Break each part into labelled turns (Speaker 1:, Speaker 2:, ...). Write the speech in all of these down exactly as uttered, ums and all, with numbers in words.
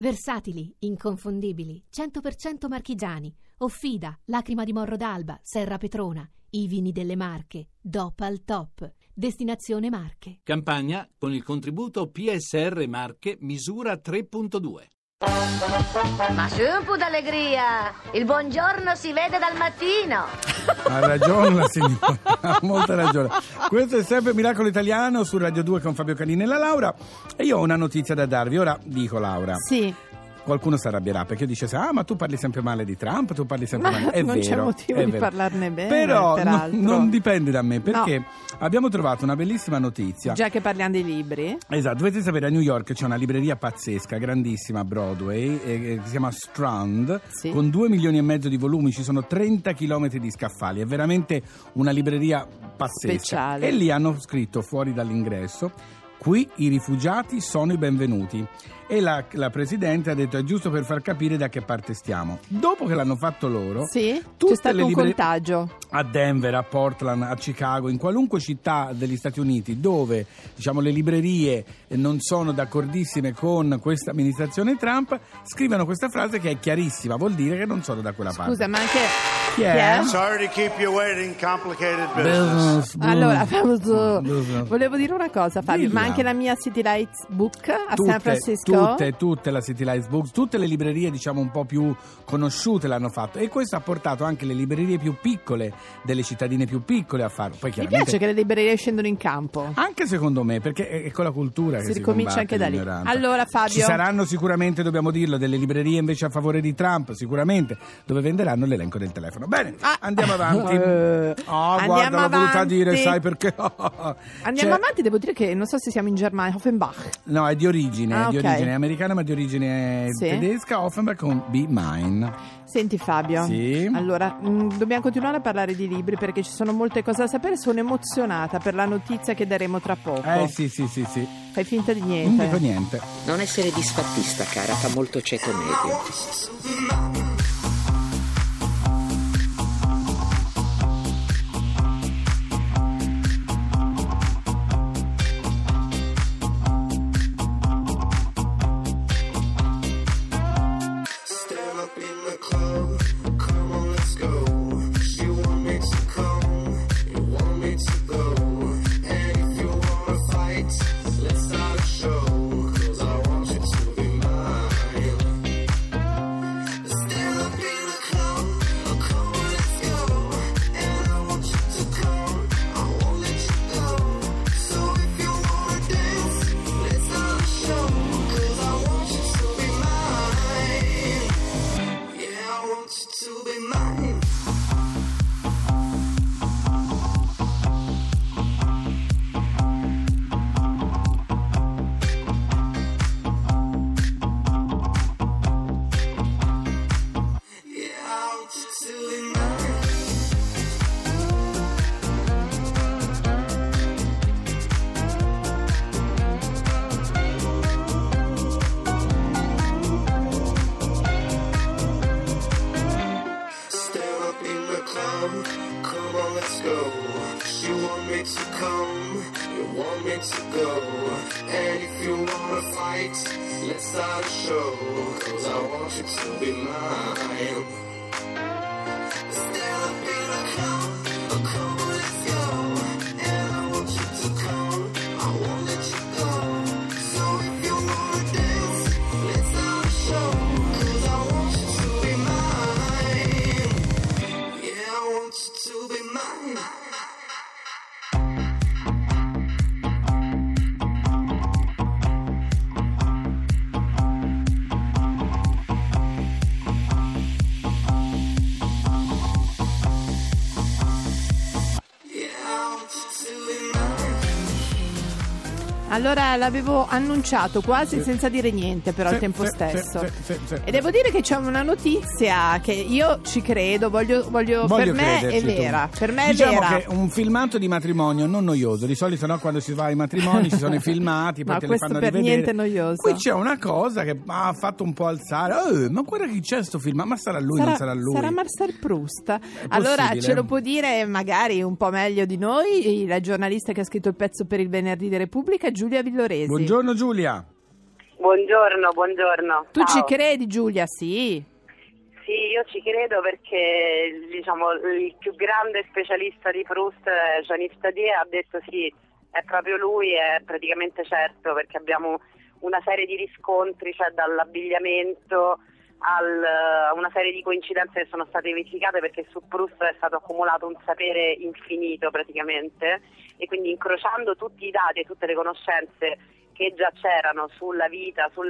Speaker 1: Versatili, inconfondibili, cento per cento marchigiani. Offida, Lacrima di Morro d'Alba, Serra Petrona. I vini delle Marche, D O P al top. Destinazione Marche.
Speaker 2: Campagna con il contributo P S R Marche misura tre punto due.
Speaker 3: Ma su un po' d'allegria! Il buongiorno si vede dal mattino!
Speaker 4: Ha ragione la signora, ha molta ragione. Questo è sempre Miracolo Italiano su Radio due con Fabio Canini e la Laura. E io ho una notizia da darvi. Ora dico, Laura.
Speaker 5: Sì.
Speaker 4: Qualcuno si arrabbierà perché dice: ah, ma tu parli sempre male di Trump, tu parli sempre
Speaker 5: ma
Speaker 4: male. È
Speaker 5: non
Speaker 4: vero,
Speaker 5: c'è motivo
Speaker 4: è
Speaker 5: di
Speaker 4: vero.
Speaker 5: parlarne bene.
Speaker 4: Però
Speaker 5: peraltro.
Speaker 4: non, non dipende da me, perché
Speaker 5: no.
Speaker 4: abbiamo trovato una bellissima notizia.
Speaker 5: Già che parliamo dei libri.
Speaker 4: Esatto, dovete sapere, a New York c'è una libreria pazzesca, grandissima, a Broadway, eh, che si chiama Strand,
Speaker 5: sì.
Speaker 4: con due milioni e mezzo di volumi, ci sono trenta chilometri di scaffali, è veramente una libreria pazzesca.
Speaker 5: Speciale.
Speaker 4: E lì hanno scritto fuori dall'ingresso: qui i rifugiati sono i benvenuti. E la, la presidente ha detto: è giusto per far capire da che parte stiamo. Dopo che l'hanno fatto loro,
Speaker 5: sì,
Speaker 4: tutte
Speaker 5: c'è stato
Speaker 4: le
Speaker 5: un
Speaker 4: libre...
Speaker 5: contagio
Speaker 4: a Denver, a Portland, a Chicago, in qualunque città degli Stati Uniti dove, diciamo, le librerie non sono d'accordissime con questa amministrazione Trump, scrivono questa frase che è chiarissima, vuol dire che non sono da quella parte.
Speaker 5: Scusa, ma anche
Speaker 4: chi è?
Speaker 6: Sorry to keep you waiting, complicated
Speaker 4: Business,
Speaker 6: business.
Speaker 5: allora famoso...
Speaker 4: business.
Speaker 5: volevo dire una cosa, Fabio.
Speaker 4: Dilla.
Speaker 5: Ma anche la mia City Lights Book a
Speaker 4: Tutte,
Speaker 5: San Francisco,
Speaker 4: tutte, tutte la City Lights Books, tutte le librerie, diciamo, un po' più conosciute l'hanno fatto, e questo ha portato anche le librerie più piccole delle cittadine più piccole a farlo. Poi
Speaker 5: mi
Speaker 4: chiaramente
Speaker 5: piace che le librerie scendono in campo.
Speaker 4: anche secondo me, perché è con la cultura che
Speaker 5: Si
Speaker 4: si
Speaker 5: ricomincia
Speaker 4: combatte
Speaker 5: anche da lì.
Speaker 4: l'ignoranza.
Speaker 5: Allora, Fabio,
Speaker 4: ci saranno sicuramente, dobbiamo dirlo, delle librerie invece a favore di Trump, sicuramente, dove venderanno l'elenco del telefono. Bene,
Speaker 5: Ah.
Speaker 4: andiamo avanti.
Speaker 5: Eh,
Speaker 4: Oh,
Speaker 5: andiamo
Speaker 4: guarda, l'ho voluta
Speaker 5: avanti.
Speaker 4: dire, sai perché?
Speaker 5: andiamo
Speaker 4: Cioè,
Speaker 5: avanti. Devo dire che non so se siamo in Germania. Offenbach.
Speaker 4: no, è di origine,
Speaker 5: Ah,
Speaker 4: è di
Speaker 5: ok.
Speaker 4: origine americana, ma di origine
Speaker 5: Sì.
Speaker 4: tedesca. Offenbach con Be Mine.
Speaker 5: Senti, Fabio,
Speaker 4: Sì.
Speaker 5: allora mh, dobbiamo continuare a parlare di libri perché ci sono molte cose da sapere. Sono emozionata per la notizia che daremo tra poco.
Speaker 4: Eh sì, sì, sì, sì.
Speaker 5: Fai finta di
Speaker 4: Non
Speaker 5: niente.
Speaker 4: dico niente.
Speaker 7: Non essere disfattista, cara, fa molto ceto medio.
Speaker 8: Let's start a show, 'cause I want you to be mine. Stand up in a car, a car, let's go. And I want you to come, I won't let you go. So if you wanna dance, let's start a show, 'cause I want you to be mine. Yeah, I want you to be mine.
Speaker 5: Allora l'avevo annunciato quasi
Speaker 4: Sì.
Speaker 5: senza dire niente, però
Speaker 4: Sì,
Speaker 5: al tempo
Speaker 4: sì,
Speaker 5: stesso.
Speaker 4: sì, sì, sì,
Speaker 5: E
Speaker 4: sì.
Speaker 5: devo dire che c'è una notizia che io ci credo, voglio, voglio,
Speaker 4: Voglio
Speaker 5: per me è
Speaker 4: crederci, tu.
Speaker 5: vera. Per me è
Speaker 4: diciamo
Speaker 5: vera.
Speaker 4: che un filmato di matrimonio non noioso. Di solito, no, quando si va ai matrimoni ci sono i filmati, poi
Speaker 5: No,
Speaker 4: te li
Speaker 5: questo
Speaker 4: fanno
Speaker 5: per
Speaker 4: rivedere.
Speaker 5: niente noioso.
Speaker 4: Qui c'è una cosa che ha fatto un po' alzare. Eh, ma guarda chi c'è sto film, ma sarà lui,
Speaker 5: sarà,
Speaker 4: non sarà lui.
Speaker 5: sarà Marcel Proust. Allora
Speaker 4: possibile.
Speaker 5: ce lo può dire magari un po' meglio di noi la giornalista che ha scritto il pezzo per il Venerdì di Repubblica, Giulia Villoresi.
Speaker 4: Buongiorno Giulia.
Speaker 9: Buongiorno, buongiorno.
Speaker 5: Tu
Speaker 9: Ciao.
Speaker 5: ci credi, Giulia? Sì.
Speaker 9: Sì, io ci credo perché diciamo il più grande specialista di Proust, Jean-Yves Tadier, ha detto sì, è proprio lui, è praticamente certo, perché abbiamo una serie di riscontri, cioè dall'abbigliamento a una serie di coincidenze che sono state verificate, perché su Proust è stato accumulato un sapere infinito praticamente, e quindi incrociando tutti i dati e tutte le conoscenze che già c'erano sulla vita, sul,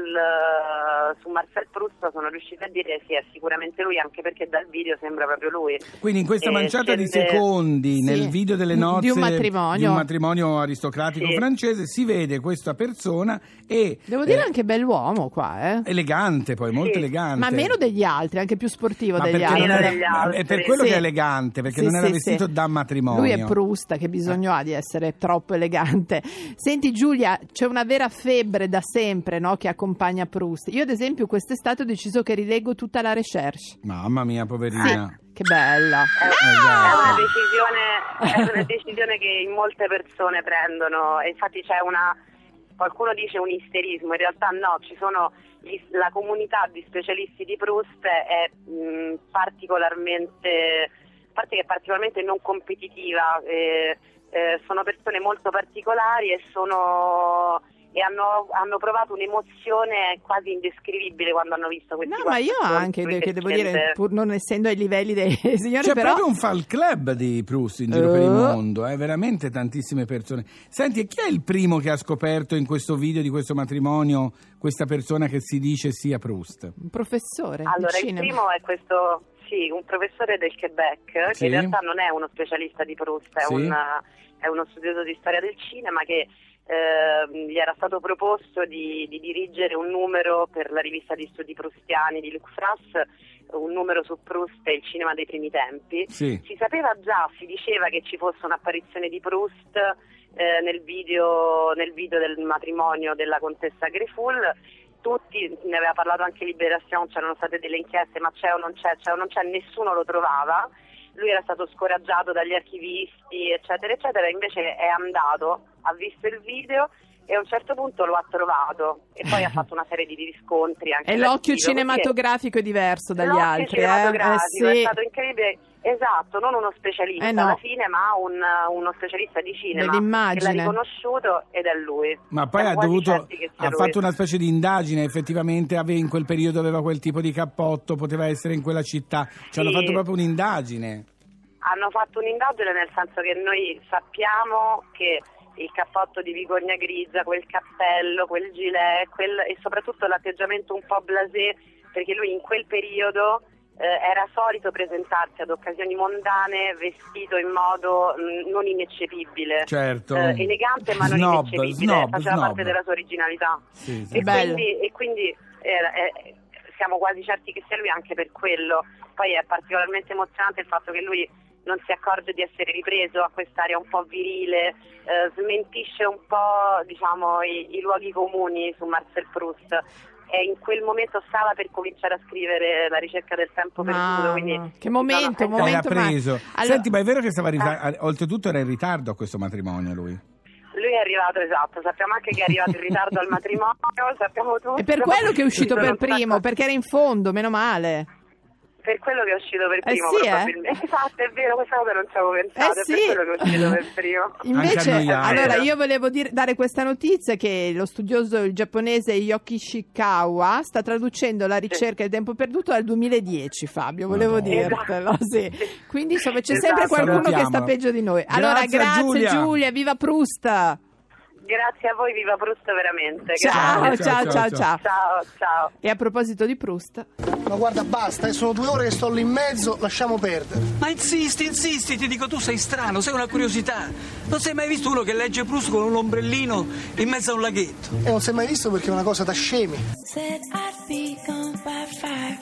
Speaker 9: uh, su Marcel Proust, sono riusciti a dire sì, è sicuramente lui, anche perché dal video sembra proprio lui.
Speaker 4: Quindi in questa
Speaker 9: E
Speaker 4: manciata
Speaker 9: scende...
Speaker 4: di secondi
Speaker 5: Sì.
Speaker 4: nel video delle nozze
Speaker 5: Di un matrimonio.
Speaker 4: di un matrimonio aristocratico
Speaker 9: Sì.
Speaker 4: francese si vede questa persona e
Speaker 5: Devo dire
Speaker 4: eh,
Speaker 5: anche bell'uomo qua, eh.
Speaker 4: elegante, poi molto
Speaker 9: Sì.
Speaker 4: elegante.
Speaker 5: Ma meno degli altri, anche più sportivo
Speaker 4: Ma
Speaker 5: degli
Speaker 4: perché
Speaker 5: altri.
Speaker 4: non era,
Speaker 9: Degli
Speaker 4: ma è
Speaker 9: altri.
Speaker 4: per quello
Speaker 5: Sì.
Speaker 4: che è elegante, perché
Speaker 5: Sì,
Speaker 4: non era
Speaker 5: sì,
Speaker 4: vestito
Speaker 5: sì.
Speaker 4: da matrimonio.
Speaker 5: Lui è Proust, che bisogno ha di essere troppo elegante. Senti Giulia, c'è una vera febbre da sempre, no, che accompagna Proust. Io ad esempio quest'estate ho deciso che rileggo tutta la Recherche.
Speaker 4: Mamma mia, poverina.
Speaker 5: Che bella.
Speaker 9: È,
Speaker 4: Esatto.
Speaker 9: è una decisione, è una decisione che in molte persone prendono, e infatti c'è una, qualcuno dice un isterismo, in realtà no, ci sono gli- la comunità di specialisti di Proust è mh, particolarmente, a parte che è particolarmente non competitiva, eh, eh, sono persone molto particolari e sono e hanno, hanno provato un'emozione quasi indescrivibile quando hanno visto questi
Speaker 5: No, ma io
Speaker 9: quattro
Speaker 5: anche,
Speaker 9: film
Speaker 5: che devo
Speaker 9: scende-
Speaker 5: dire, pur non essendo ai livelli dei signori,
Speaker 4: C'è
Speaker 5: però...
Speaker 4: proprio un fan club di Proust in giro per il
Speaker 5: Eh.
Speaker 4: mondo, eh, veramente tantissime persone. Senti, e chi è il primo che ha scoperto in questo video di questo matrimonio questa persona che si dice sia Proust?
Speaker 5: Un professore
Speaker 9: Allora,
Speaker 5: di
Speaker 9: il
Speaker 5: cinema.
Speaker 9: primo è questo, sì, un professore del Quebec,
Speaker 4: Sì.
Speaker 9: che in realtà non è uno specialista di Proust, è,
Speaker 4: Sì.
Speaker 9: un, è uno studioso di storia del cinema che eh, gli era stato proposto di, di dirigere un numero per la rivista di studi proustiani di Luc Frass, un numero su Proust e il cinema dei primi tempi.
Speaker 4: Sì.
Speaker 9: Si sapeva già, si diceva che ci fosse un'apparizione di Proust eh, nel video, nel video del matrimonio della contessa Greful. Tutti, ne aveva parlato anche Libération, c'erano state delle inchieste, ma c'è o non c'è, c'è o non c'è, nessuno lo trovava. Lui era stato scoraggiato dagli archivisti, eccetera, eccetera, invece è andato, ha visto il video e a un certo punto lo ha trovato e poi ha fatto una serie di riscontri anche
Speaker 5: E
Speaker 9: dal
Speaker 5: l'occhio
Speaker 9: vivo,
Speaker 5: cinematografico è diverso dagli
Speaker 9: l'occhio
Speaker 5: altri, eh?
Speaker 9: cinematografico
Speaker 5: Eh,
Speaker 9: è
Speaker 5: sì.
Speaker 9: stato incredibile, esatto, non uno specialista
Speaker 5: Eh, no.
Speaker 9: alla fine, ma un, uno specialista di cinema
Speaker 5: Dell'immagine.
Speaker 9: che l'ha riconosciuto ed è lui.
Speaker 4: Ma poi
Speaker 9: Siamo
Speaker 4: ha
Speaker 9: quasi
Speaker 4: dovuto
Speaker 9: certi che sia
Speaker 4: ha
Speaker 9: lui.
Speaker 4: fatto una specie di indagine, effettivamente ave- in quel periodo aveva quel tipo di cappotto, poteva essere in quella città. Ci hanno
Speaker 9: Sì.
Speaker 4: fatto proprio un'indagine.
Speaker 9: Hanno fatto un'indagine nel senso che noi sappiamo che il cappotto di Vigogna Grigia, quel cappello, quel gilet, quel, e soprattutto l'atteggiamento un po' blasé, perché lui in quel periodo eh, era solito presentarsi ad occasioni mondane vestito in modo mh, non ineccepibile,
Speaker 4: Certo.
Speaker 9: eh, elegante ma non
Speaker 4: Snob,
Speaker 9: ineccepibile,
Speaker 4: snob,
Speaker 9: faceva
Speaker 4: snob.
Speaker 9: parte della sua originalità.
Speaker 4: Sì, sì.
Speaker 9: E
Speaker 5: bello.
Speaker 9: quindi, e quindi eh, eh, siamo quasi certi che sia lui anche per quello. Poi è particolarmente emozionante il fatto che lui non si accorge di essere ripreso a quest'area un po' virile, eh, smentisce un po', diciamo, i, i luoghi comuni su Marcel Proust. E in quel momento stava per cominciare a scrivere La ricerca del tempo perduto,
Speaker 5: Mamma,
Speaker 9: quindi
Speaker 5: che momento,
Speaker 9: no, no,
Speaker 5: momento.
Speaker 4: Era
Speaker 5: ma-
Speaker 4: preso.
Speaker 5: Allora-
Speaker 4: Senti, ma è vero che stava arriva- oltretutto era in ritardo a questo matrimonio lui?
Speaker 9: lui è arrivato, esatto, sappiamo anche che è arrivato in ritardo al matrimonio, sappiamo tutto.
Speaker 5: È per quello che è uscito
Speaker 9: Sono
Speaker 5: per
Speaker 9: tutta-
Speaker 5: primo, perché era in fondo, meno male.
Speaker 9: Per quello che è uscito per
Speaker 5: Eh
Speaker 9: primo,
Speaker 5: sì, eh?
Speaker 9: probabilmente. Esatto, è vero, questa cosa non ci avevo pensato,
Speaker 5: Eh
Speaker 9: è per
Speaker 5: sì.
Speaker 9: quello che è uscito per primo.
Speaker 5: Invece,
Speaker 4: Anche a noi
Speaker 5: allora
Speaker 9: altri.
Speaker 5: io volevo dire- dare questa notizia che lo studioso il giapponese Yoki Ishikawa sta traducendo La ricerca del tempo perduto dal duemiladieci, Fabio, volevo
Speaker 4: Madonna.
Speaker 5: dirtelo, sì. Quindi insomma c'è
Speaker 9: Esatto.
Speaker 5: sempre qualcuno che sta
Speaker 4: Salutiamola.
Speaker 5: peggio di noi. Allora,
Speaker 4: Grazie,
Speaker 5: grazie
Speaker 4: Giulia.
Speaker 5: Giulia, viva Proust!
Speaker 9: Grazie a voi, viva Proust veramente.
Speaker 5: Ciao,
Speaker 9: Grazie.
Speaker 5: ciao, ciao,
Speaker 4: ciao,
Speaker 5: ciao.
Speaker 9: Ciao, ciao.
Speaker 5: E a proposito di Proust,
Speaker 10: Ma guarda, basta, eh, sono due ore che sto lì in mezzo, lasciamo perdere.
Speaker 11: Ma insisti, insisti, ti dico tu sei strano, sei una curiosità. Non sei mai visto uno che legge Proust con un ombrellino in mezzo a un laghetto?
Speaker 10: E non si è mai visto perché è una cosa da scemi.
Speaker 8: Said I'd be gone by five,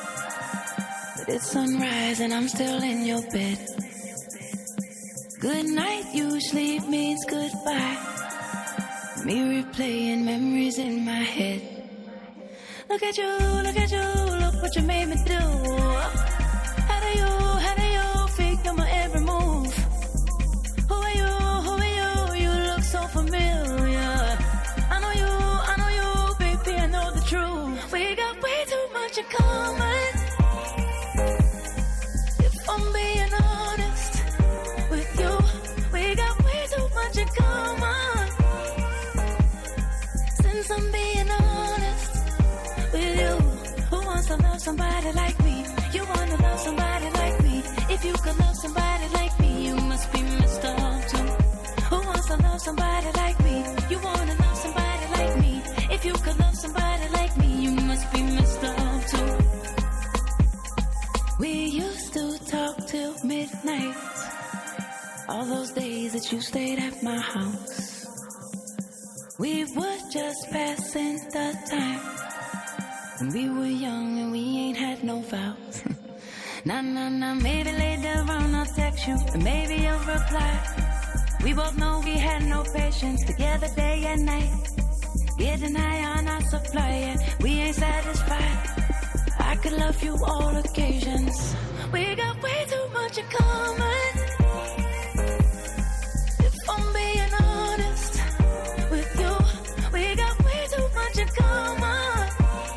Speaker 8: but it's sunrise and I'm still in your bed. Good night usually means goodbye. Me replaying memories in my head. Look at you, look at you, look what you made me do. How do you, how do you figure my every move? Who are you, who are you, you look so familiar. I know you, I know you, baby, I much in common. If I'm being honest with you, we got way too much in common. Since I'm being honest with you, who wants to love somebody like me? You wanna love somebody like me? If you could love somebody like me, you must be messed up too. Who wants to love somebody like me? You wanna love somebody like me? If you could love somebody like me, you must be messed up too. We used to talk till midnight, all those days that you stayed at my house. We were just passing the time, when we were young and we ain't had no vows. Nah, nah, nah, maybe later on I'll text you, and maybe you'll reply. We both know we had no patience, together day and night, getting high on our supply, yeah, we ain't satisfied. I could love you all occasions. We got way too much in common. If I'm being honest with you, we got way too much in common.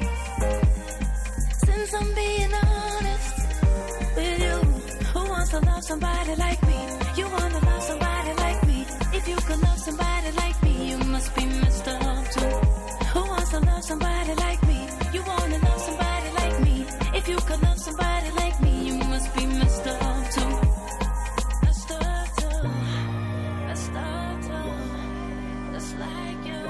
Speaker 8: Since I'm being honest with you, who wants to love somebody like me? You wanna love somebody like me? If you could love somebody like me, you must be messed up too. Who wants to love somebody like me? You wanna love somebody like me? If you could love somebody like me, you must be messed up too. Messed up too. Messed up too. Just like you.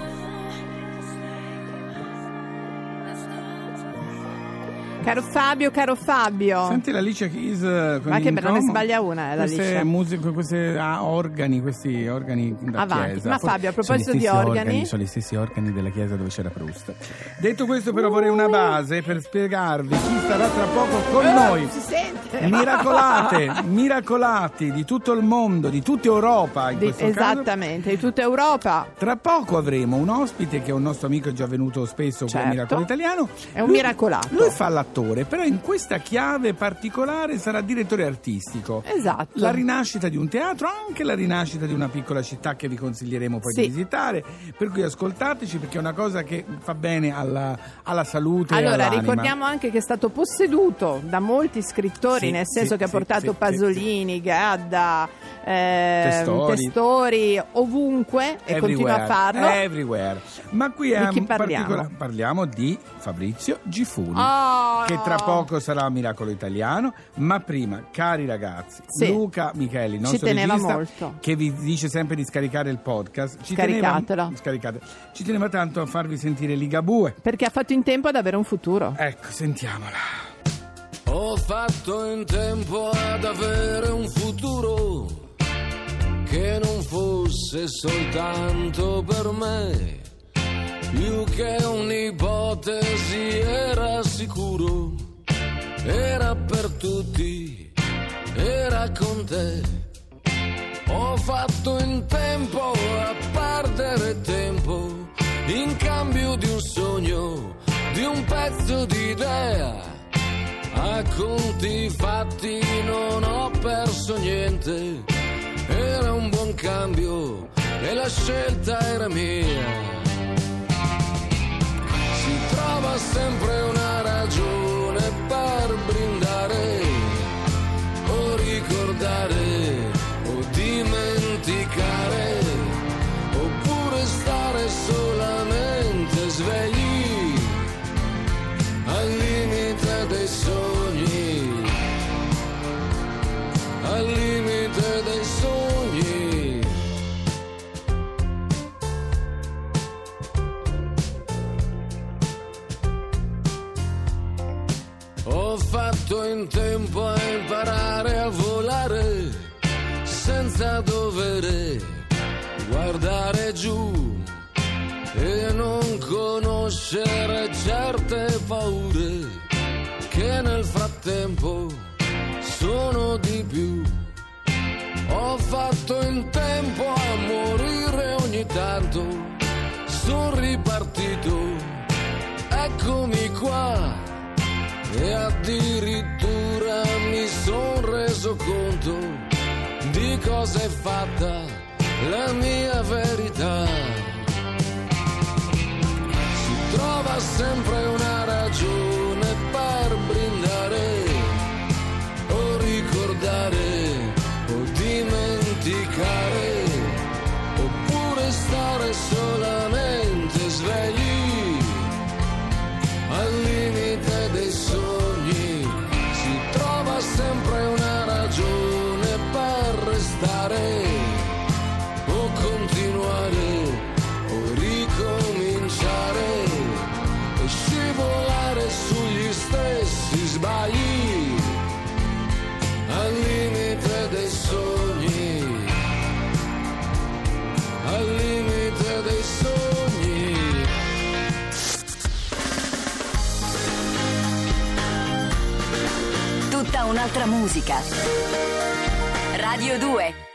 Speaker 5: Caro Fabio, caro Fabio.
Speaker 4: Senti l'Alicia Keys con
Speaker 5: Ma che bella, non ne
Speaker 4: Incomo-
Speaker 5: sbaglia una, eh,
Speaker 4: queste
Speaker 5: l'Alicia.
Speaker 4: musiche, questi ah, organi, questi organi da
Speaker 5: Avanti.
Speaker 4: chiesa.
Speaker 5: Ma
Speaker 4: Poi
Speaker 5: Fabio, a
Speaker 4: sono
Speaker 5: proposito
Speaker 4: gli
Speaker 5: di
Speaker 4: stessi
Speaker 5: organi-
Speaker 4: sono gli stessi organi della chiesa dove c'era Proust. Detto questo, però, vorrei una base per spiegarvi chi starà tra poco con noi.
Speaker 5: Si sente.
Speaker 4: Miracolate, miracolati di tutto il mondo, di tutta Europa in
Speaker 5: Di-
Speaker 4: questo caso.
Speaker 5: esattamente, di tutta Europa.
Speaker 4: Tra poco avremo un ospite che è un nostro amico già venuto spesso con
Speaker 5: Certo.
Speaker 4: Miracolo Italiano.
Speaker 5: È un
Speaker 4: Lui-
Speaker 5: miracolato.
Speaker 4: Lui fa l'attore, però in questa chiave particolare sarà direttore artistico.
Speaker 5: Esatto.
Speaker 4: La rinascita di un teatro, anche la rinascita di una piccola città che vi consiglieremo poi
Speaker 5: Sì.
Speaker 4: di visitare. Per cui ascoltateci, perché è una cosa che fa bene alla, alla salute e
Speaker 5: Allora,
Speaker 4: all'anima.
Speaker 5: ricordiamo anche che è stato posseduto da molti scrittori,
Speaker 4: Sì,
Speaker 5: nel senso
Speaker 4: sì,
Speaker 5: che ha
Speaker 4: sì,
Speaker 5: portato
Speaker 4: sì,
Speaker 5: Pasolini, Gadda, eh,
Speaker 4: Testori.
Speaker 5: Testori, ovunque, e continua a farlo.
Speaker 4: Everywhere. Ma qui è
Speaker 5: Di chi
Speaker 4: un
Speaker 5: parliamo?
Speaker 4: particola- parliamo di Fabrizio Gifuni,
Speaker 5: Oh!
Speaker 4: che tra poco sarà Miracolo Italiano. Ma prima, cari ragazzi,
Speaker 5: Sì.
Speaker 4: Luca Micheli, il nostro
Speaker 5: teneva
Speaker 4: regista,
Speaker 5: molto.
Speaker 4: che vi dice sempre di scaricare il podcast, ci
Speaker 5: Scaricatelo.
Speaker 4: teneva, scaricate. Ci teneva tanto a farvi sentire Ligabue.
Speaker 5: Perché ha fatto in tempo ad avere un futuro.
Speaker 4: Ecco, sentiamola.
Speaker 12: Ho fatto in tempo ad avere un futuro che non fosse soltanto per me, più che un'ipotesi era sicuro, era per tutti, era con te. Ho fatto in tempo a perdere tempo in cambio di un sogno, di un pezzo di idea. A conti fatti non ho perso niente, era un buon cambio e la scelta era mia. Si trova sempre una ragione per brindare o ricordare o dimenticare, oppure stare solamente svegli al limite dei sogni, al limite dei sogni. Ho fatto in tempo a imparare a volare senza dover guardare giù e non conoscere certe paure che nel frattempo sono di più. Ho fatto in tempo a morire ogni tanto, son ripartito, eccomi qua, e addirittura mi son reso conto di cosa è fatta la mia verità. Trova sempre una ragione per al limite dei sogni si trova sempre una ragione per restare o continuare o ricominciare e scivolare sugli stessi sbagli al limite dei sogni, al limite dei sogni.
Speaker 13: Tutta un'altra musica. Radio due.